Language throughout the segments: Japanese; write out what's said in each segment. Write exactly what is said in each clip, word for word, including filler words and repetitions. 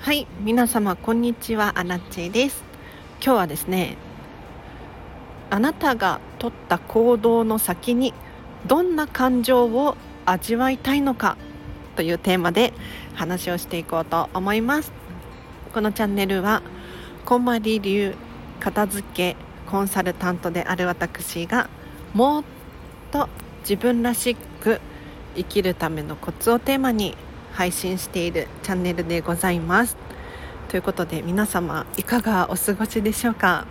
はい、皆様こんにちは、アラチェです。今日はですね、あなたが取った行動の先にどんな感情を味わいたいのかというテーマで話をしていこうと思います。このチャンネルはこんまり流片付けコンサルタントである私がもっと自分らしく生きるためのコツをテーマに配信しているチャンネルでございます。ということで、皆様いかがお過ごしでしょうか。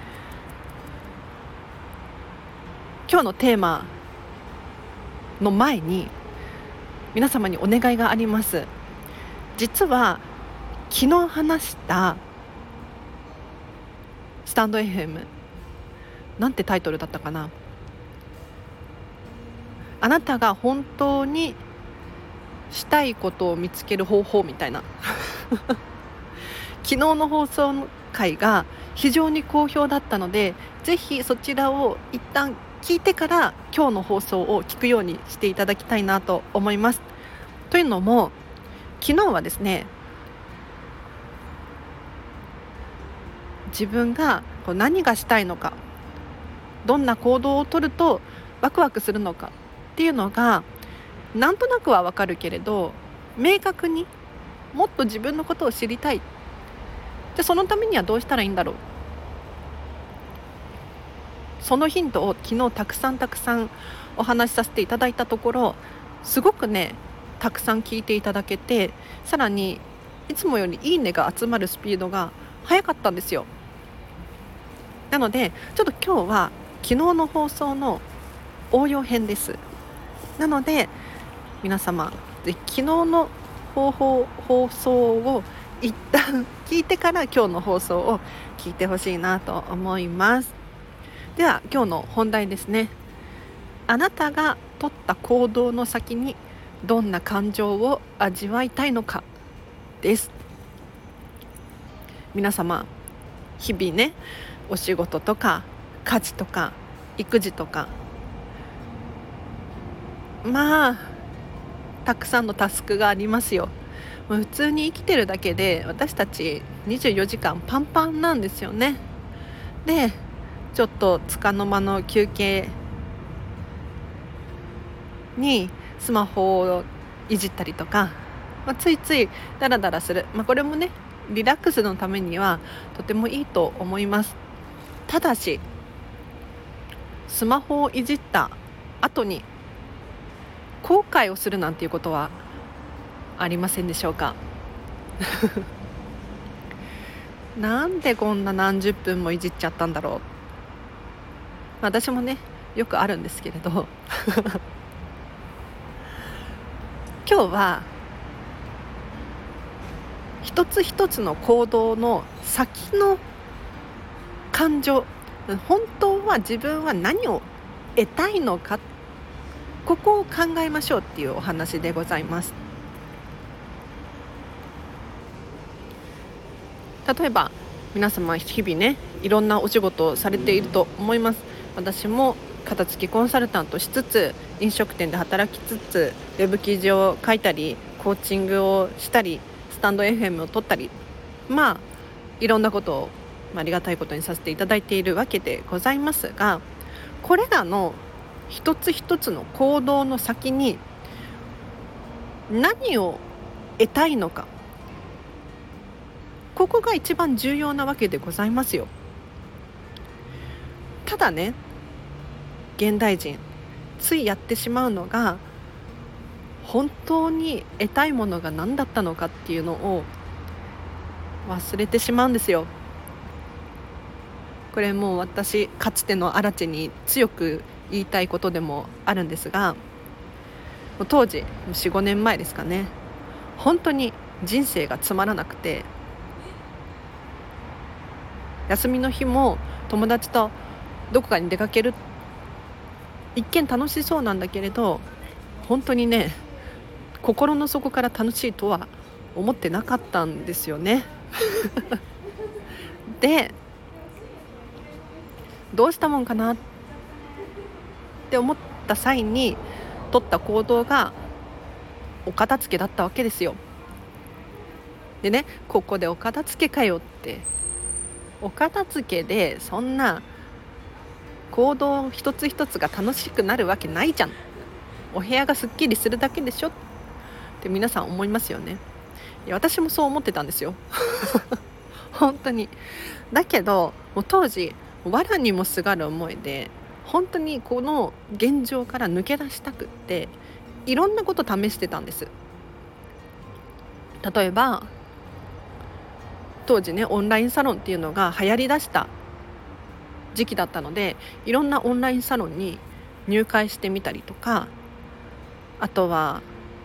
今日のテーマの前に皆様にお願いがあります。実は昨日話したスタンド エフエム なんてタイトルだったかな。あなたが本当にしたいことを見つける方法みたいな昨日の放送回が非常に好評だったので、ぜひそちらを一旦聞いてから今日の放送を聞くようにしていただきたいなと思います。というのも、昨日はですね、自分がこう何がしたいのか、どんな行動をとるとワクワクするのかっていうのがなんとなくはわかるけれど、明確にもっと自分のことを知りたい。でそのためにはどうしたらいいんだろう。そのヒントを昨日たくさんたくさんお話しさせていただいたところ、すごくねたくさん聞いていただけて、さらにいつもよりいいねが集まるスピードが速かったんですよ。なのでちょっと今日は昨日の放送の応用編です。なので皆様ぜひ昨日の方法放送を一旦聞いてから今日の放送を聞いてほしいなと思います。では今日の本題ですね。あなたが取った行動の先にどんな感情を味わいたいのかです。皆様日々ね、お仕事とか家事とか育児とか、まあたくさんのタスクがありますよ。もう普通に生きてるだけで私たちにじゅうよじかんパンパンなんですよね。でちょっと束の間の休憩にスマホをいじったりとか、まあ、ついついダラダラする、まあ、これもねリラックスのためにはとてもいいと思います。ただしスマホをいじった後に後悔をするなんていうことはありませんでしょうか。なんでこんな何十分もいじっちゃったんだろう。私もねよくあるんですけれど今日は一つ一つの行動の先の感情、本当は自分は何を得たいのか、ここを考えましょうっていうお話でございます。例えば皆様日々ねいろんなお仕事をされていると思います。私も片付きコンサルタントしつつ、飲食店で働きつつ、ウェブ記事を書いたりコーチングをしたりスタンド エフエム を撮ったり、まあいろんなことを、まあ、ありがたいことにさせていただいているわけでございますが、これらの一つ一つの行動の先に何を得たいのか、ここが一番重要なわけでございますよ。ただね、現代人ついやってしまうのが、本当に得たいものが何だったのかっていうのを忘れてしまうんですよ。これもう私かつてのアラチェに強く言いたいことでもあるんですが、当時 よん,ご 年前ですかね、本当に人生がつまらなくて、休みの日も友達とどこかに出かける、一見楽しそうなんだけれど本当にね心の底から楽しいとは思ってなかったんですよねでどうしたもんかなって思った際に取った行動がお片付けだったわけですよ。 でね、ここでお片付けかよって、お片付けでそんな行動一つ一つが楽しくなるわけないじゃん、お部屋がすっきりするだけでしょって皆さん思いますよね。いや私もそう思ってたんですよ本当に。だけどもう当時藁にもすがる思いで、本当にこの現状から抜け出したくっていろんなこと試してたんです。例えば当時ね、オンラインサロンっていうのが流行りだした時期だったので、いろんなオンラインサロンに入会してみたりとか、あとは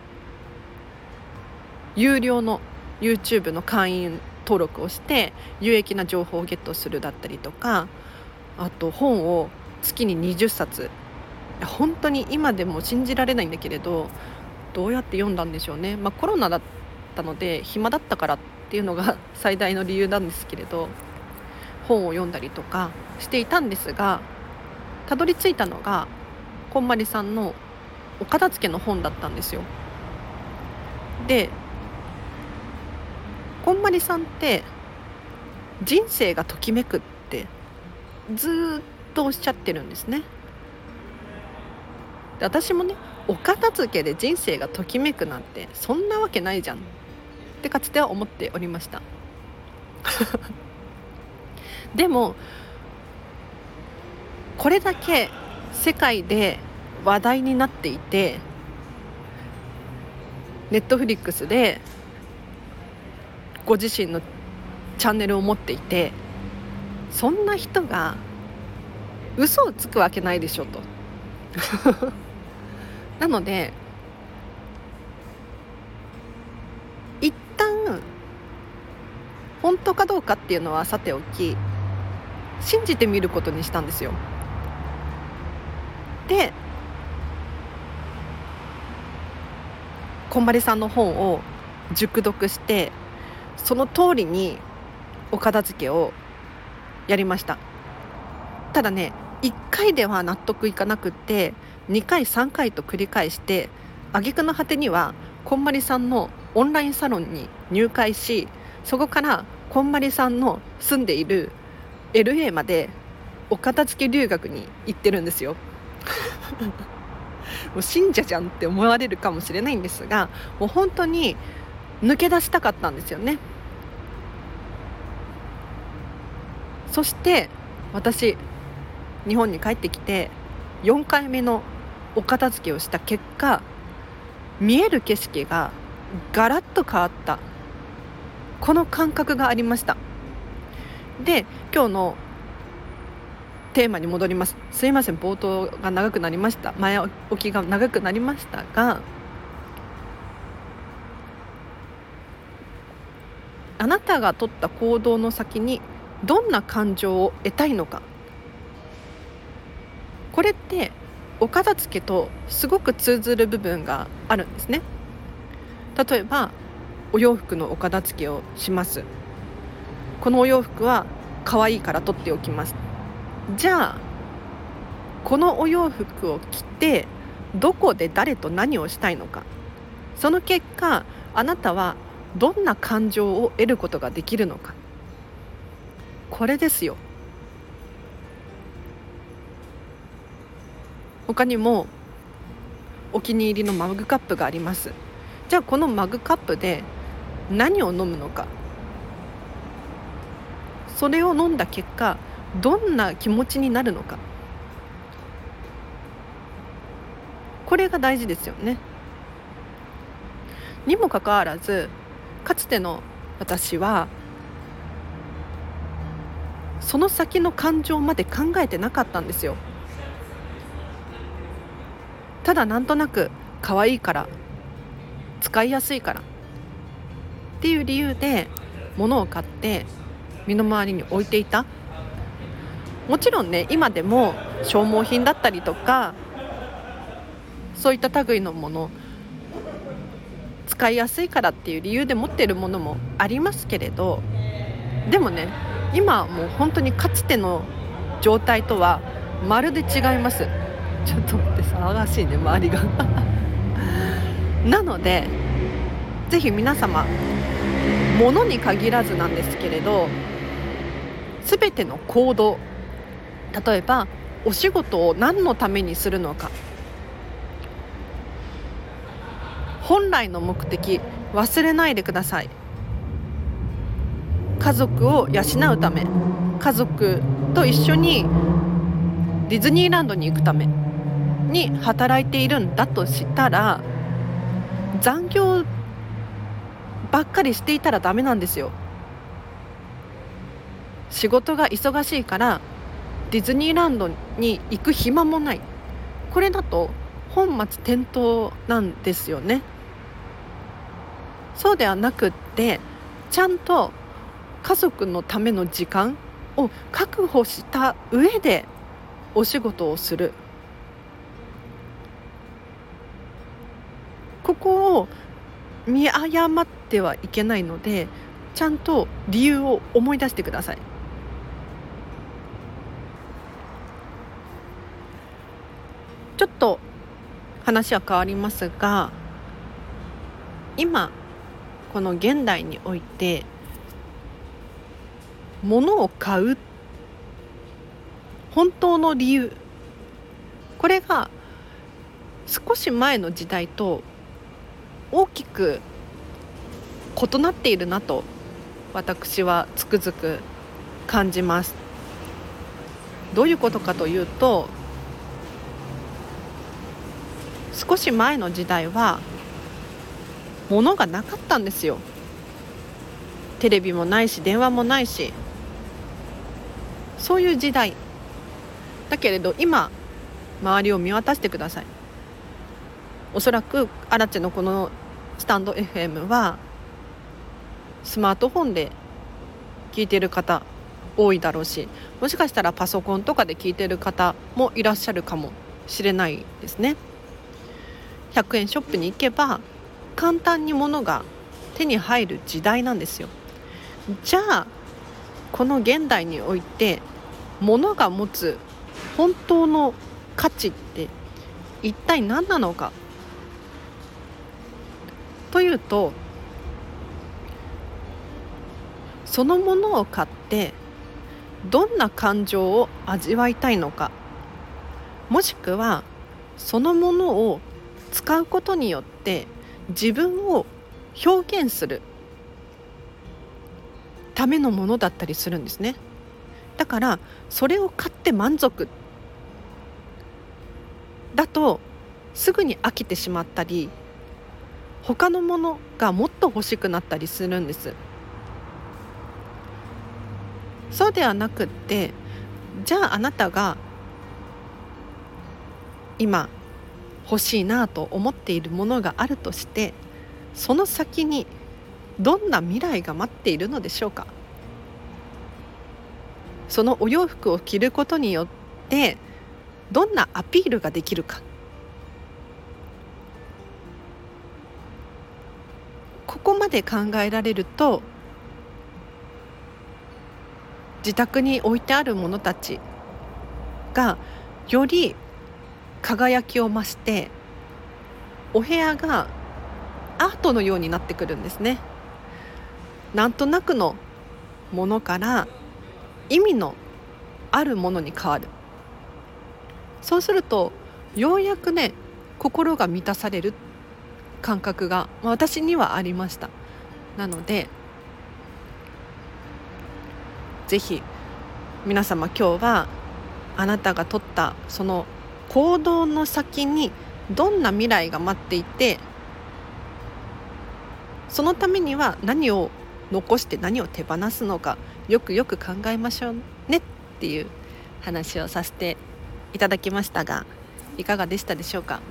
有料の YouTube の会員登録をして有益な情報をゲットするだったりとか、あと本を月ににじゅっさつ、本当に今でも信じられないんだけれど、どうやって読んだんでしょうね。まあ、コロナだったので暇だったからっていうのが最大の理由なんですけれど、本を読んだりとかしていたんですが、たどり着いたのがこんまりさんのお片付けの本だったんですよ。でこんまりさんって人生がときめくってずーっとおっしゃってるんですね。で私もね、お片付けで人生がときめくなんてそんなわけないじゃんってかつては思っておりましたでもこれだけ世界で話題になっていて、ネットフリックスでご自身のチャンネルを持っていて、そんな人が嘘をつくわけないでしょとなので一旦本当かどうかっていうのはさておき、信じてみることにしたんですよ。でこんまりさんの本を熟読して、その通りにお片付けをやりました。ただね、いっかいでは納得いかなくってにかいさんかいと繰り返して、挙句の果てにはこんまりさんのオンラインサロンに入会し、そこからこんまりさんの住んでいる エルエー までお片付け留学に行ってるんですよもう信者じゃんって思われるかもしれないんですが、もう本当に抜け出したかったんですよね。そして私日本に帰ってきてよんかいめのお片付けをした結果、見える景色がガラッと変わった、この感覚がありました。で今日のテーマに戻ります。すいません、冒頭が長くなりました。前置きが長くなりましたが、あなたが取った行動の先にどんな感情を得たいのか、これってお片付けとすごく通ずる部分があるんですね。例えばお洋服のお片付けをします。このお洋服は可愛いから取っておきます。じゃあこのお洋服を着てどこで誰と何をしたいのか、その結果あなたはどんな感情を得ることができるのか、これですよ。他にもお気に入りのマグカップがあります。じゃあこのマグカップで何を飲むのか、それを飲んだ結果どんな気持ちになるのか、これが大事ですよね。にもかかわらずかつての私はその先の感情まで考えてなかったんですよ。ただなんとなく可愛いから使いやすいからっていう理由で物を買って身の回りに置いていた。もちろんね、今でも消耗品だったりとかそういった類のもの、使いやすいからっていう理由で持っているものもありますけれど、でもね、今はもう本当にかつての状態とはまるで違います。ちょっと待って、騒がしいね周りがなのでぜひ皆様物に限らずなんですけれど、すべての行動、例えばお仕事を何のためにするのか、本来の目的忘れないでください。家族を養うため、家族と一緒にディズニーランドに行くために働いているんだとしたら、残業ばっかりしていたらダメなんですよ。仕事が忙しいからディズニーランドに行く暇もない。これだと本末転倒なんですよね。そうではなくって、ちゃんと家族のための時間を確保した上でお仕事をする。ここを見誤ってはいけないので、ちゃんと理由を思い出してください。ちょっと話は変わりますが、今この現代において物を買う本当の理由、これが少し前の時代と大きく異なっているなと私はつくづく感じます。どういうことかというと、少し前の時代は物がなかったんですよ。テレビもないし電話もないし、そういう時代だけれど、今周りを見渡してください。おそらくアラチェのこのスタンド エフエム はスマートフォンで聞いている方多いだろうし、もしかしたらパソコンとかで聞いている方もいらっしゃるかもしれないですね。ひゃくえんショップに行けば簡単に物が手に入る時代なんですよ。じゃあこの現代において物が持つ本当の価値って一体何なのかというと、そのものを買ってどんな感情を味わいたいのか、もしくはそのものを使うことによって自分を表現するためのものだったりするんですね。だからそれを買って満足だとすぐに飽きてしまったり、他のものがもっと欲しくなったりするんです。そうではなくって、じゃああなたが今欲しいなと思っているものがあるとして、その先にどんな未来が待っているのでしょうか。そのお洋服を着ることによってどんなアピールができるか、ここまで考えられると、自宅に置いてあるものたちがより輝きを増して、お部屋がアートのようになってくるんですね。なんとなくのものから意味のあるものに変わる。そうするとようやくね、心が満たされる感覚が私にはありました。なのでぜひ皆様、今日はあなたが取ったその行動の先にどんな未来が待っていて、そのためには何を残して何を手放すのか、よくよく考えましょうねっていう話をさせていただきましたが、いかがでしたでしょうか。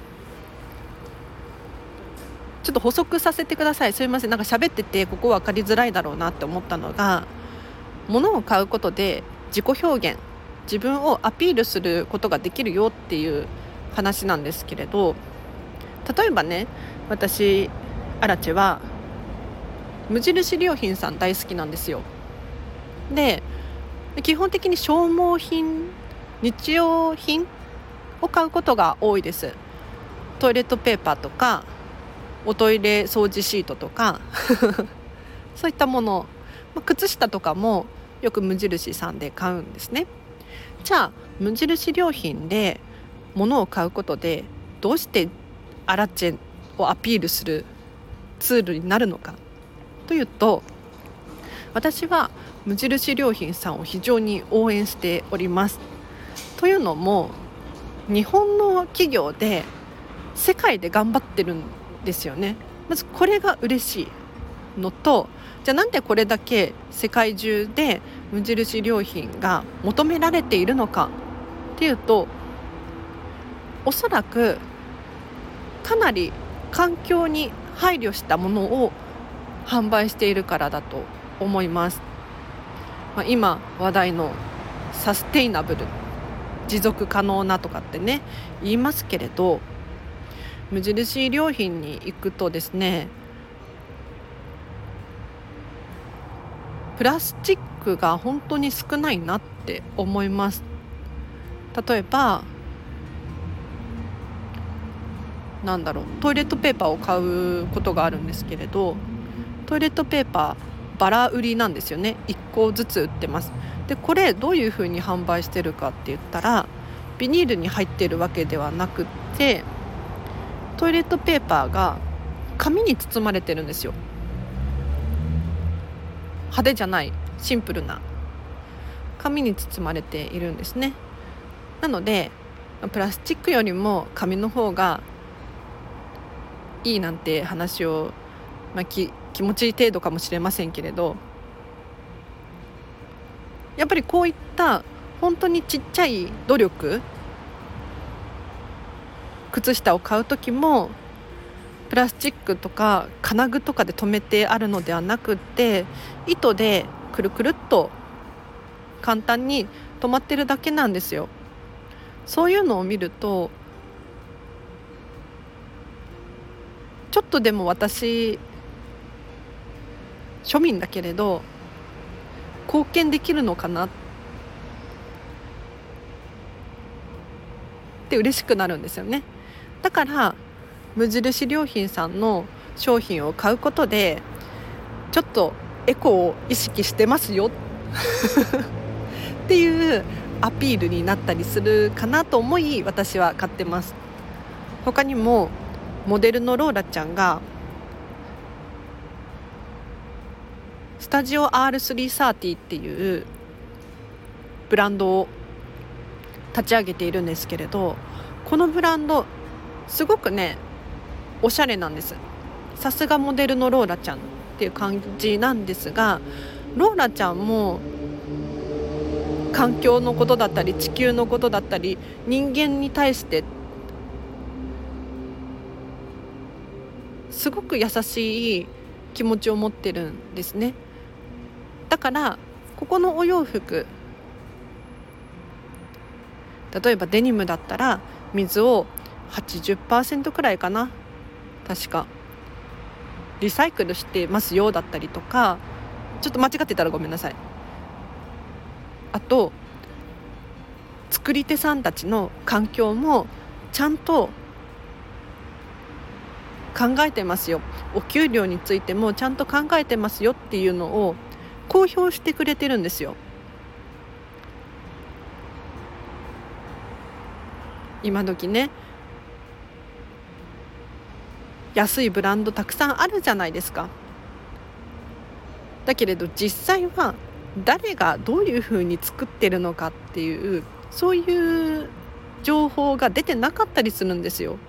ちょっと補足させてください。すいません、なんか喋っててここ分かりづらいだろうなって思ったのが、物を買うことで自己表現、自分をアピールすることができるよっていう話なんですけれど、例えばね、私アラチェは無印良品さん大好きなんですよ。で、基本的に消耗品、日用品を買うことが多いです。トイレットペーパーとかおトイレ掃除シートとかそういったもの、まあ、靴下とかもよく無印さんで買うんですね。じゃあ無印良品で物を買うことでどうしてアラチェをアピールするツールになるのかというと、私は無印良品さんを非常に応援しております。というのも、日本の企業で世界で頑張ってるんですよね。まずこれが嬉しいのと、じゃあなんでこれだけ世界中で無印良品が求められているのかっていうと、おそらくかなり環境に配慮したものを販売しているからだと思います。まあ、今話題のサステイナブル、持続可能なとかってね言いますけれど、無印良品に行くとですね、プラスチックが本当に少ないなって思います。例えばなんだろうトイレットペーパーを買うことがあるんですけれど、トイレットペーパーバラ売りなんですよね。いっこずつ売ってます。でこれどういう風に販売してるかって言ったら、ビニールに入っているわけではなくって、トイレットペーパーが紙に包まれてるんですよ。派手じゃないシンプルな紙に包まれているんですね。なのでプラスチックよりも紙の方がいいなんて話を、まあ、き気持ちいい程度かもしれませんけれど、やっぱりこういった本当にちっちゃい努力、靴下を買う時もプラスチックとか金具とかで留めてあるのではなくって、糸でくるくるっと簡単に止まってるだけなんですよ。そういうのを見ると、ちょっとでも私庶民だけれど貢献できるのかなって嬉しくなるんですよね。だから無印良品さんの商品を買うことで、ちょっとエコを意識してますよっていうアピールになったりするかなと思い、私は買ってます。他にもモデルのローラちゃんがスタジオ アールスリーサーティー っていうブランドを立ち上げているんですけれど、このブランドすごくねおしゃれなんです。さすがモデルのローラちゃんっていう感じなんですが、ローラちゃんも環境のことだったり地球のことだったり人間に対してすごく優しい気持ちを持ってるんですね。だからここのお洋服、例えばデニムだったら水を はちじゅっパーセント くらいかな、確かリサイクルしてますよだったりとか、ちょっと間違ってたらごめんなさい。あと作り手さんたちの環境もちゃんと考えてますよ、お給料についてもちゃんと考えてますよっていうのを公表してくれてるんですよ。今時ね安いブランドたくさんあるじゃないですか。だけれど実際は誰がどういうふうに作ってるのかっていう、そういう情報が出てなかったりするんですよ。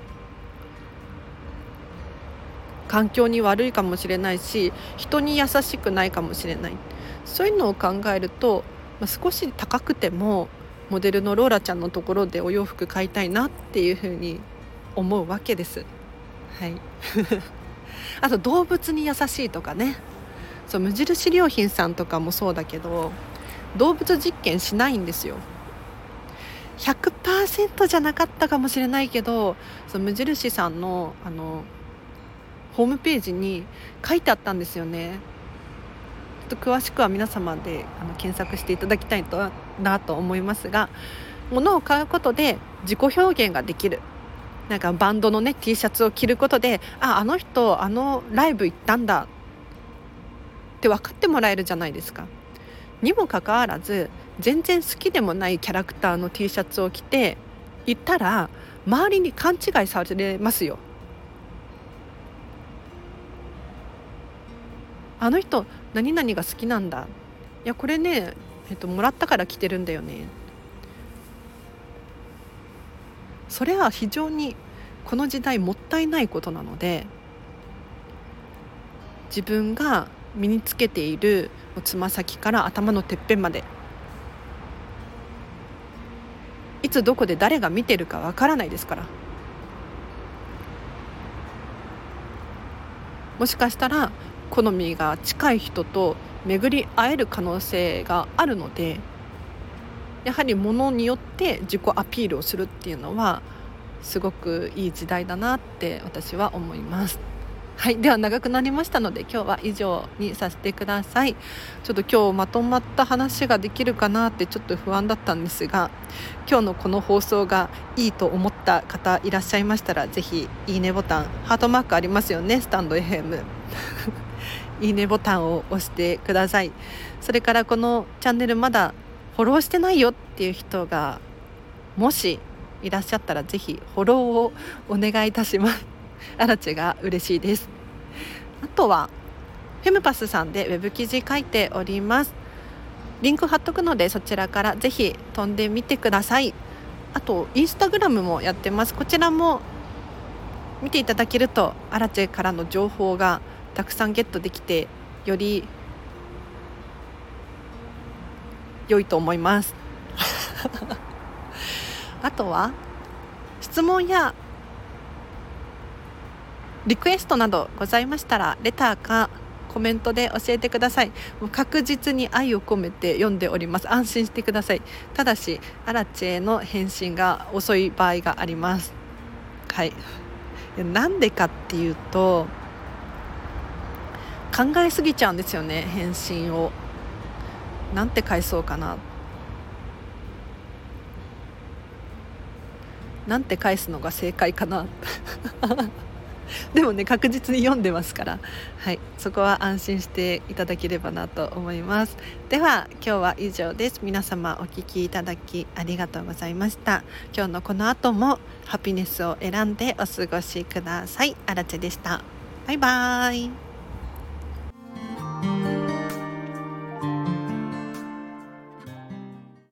環境に悪いかもしれないし、人に優しくないかもしれない。そういうのを考えると、まあ、少し高くてもモデルのローラちゃんのところでお洋服買いたいなっていうふうに思うわけです。はい、あと動物に優しいとかね、そう無印良品さんとかもそうだけど動物実験しないんですよ。 ひゃくパーセント じゃなかったかもしれないけど、その無印さんのあのホームページに書いてあったんですよね。ちょっと詳しくは皆様であの検索していただきたいとなと思いますが、物を買うことで自己表現ができる。なんかバンドのね T シャツを着ることで、あ、あの人あのライブ行ったんだって分かってもらえるじゃないですか。にもかかわらず全然好きでもないキャラクターの T シャツを着て行ったら周りに勘違いされますよ。あの人何々が好きなんだ、いやこれね、えっと、もらったから着てるんだよね。それは非常にこの時代もったいないことなので、自分が身につけているつま先から頭のてっぺんまで、いつどこで誰が見てるかわからないですから。もしかしたら好みが近い人と巡り会える可能性があるので、やはり物によって自己アピールをするっていうのはすごくいい時代だなって私は思います。はい、では長くなりましたので今日は以上にさせてください。ちょっと今日まとまった話ができるかなってちょっと不安だったんですが、今日のこの放送がいいと思った方いらっしゃいましたら、ぜひいいねボタン、ハートマークありますよね、スタンド エフエム いいねボタンを押してください。それからこのチャンネルまだフォローしてないよっていう人がもしいらっしゃったら、ぜひフォローをお願いいたします。アラチェが嬉しいです。あとはフェムパスさんでウェブ記事書いております。リンク貼っとくのでそちらからぜひ飛んでみてください。あとインスタグラムもやってます。こちらも見ていただけるとアラチェからの情報がたくさんゲットできて、より良いと思いますあとは質問やリクエストなどございましたら、レターかコメントで教えてください。もう確実に愛を込めて読んでおります。安心してください。ただしアラチェの返信が遅い場合があります。はい、なんでかっていうと、考えすぎちゃうんですよね。返信をなんて返そうかな、なんて返すのが正解かなでもね、確実に読んでますから、はい、そこは安心していただければなと思います。では今日は以上です。皆様お聞きいただきありがとうございました。今日のこの後もハピネスを選んでお過ごしください。アラチェでした。バイバイ。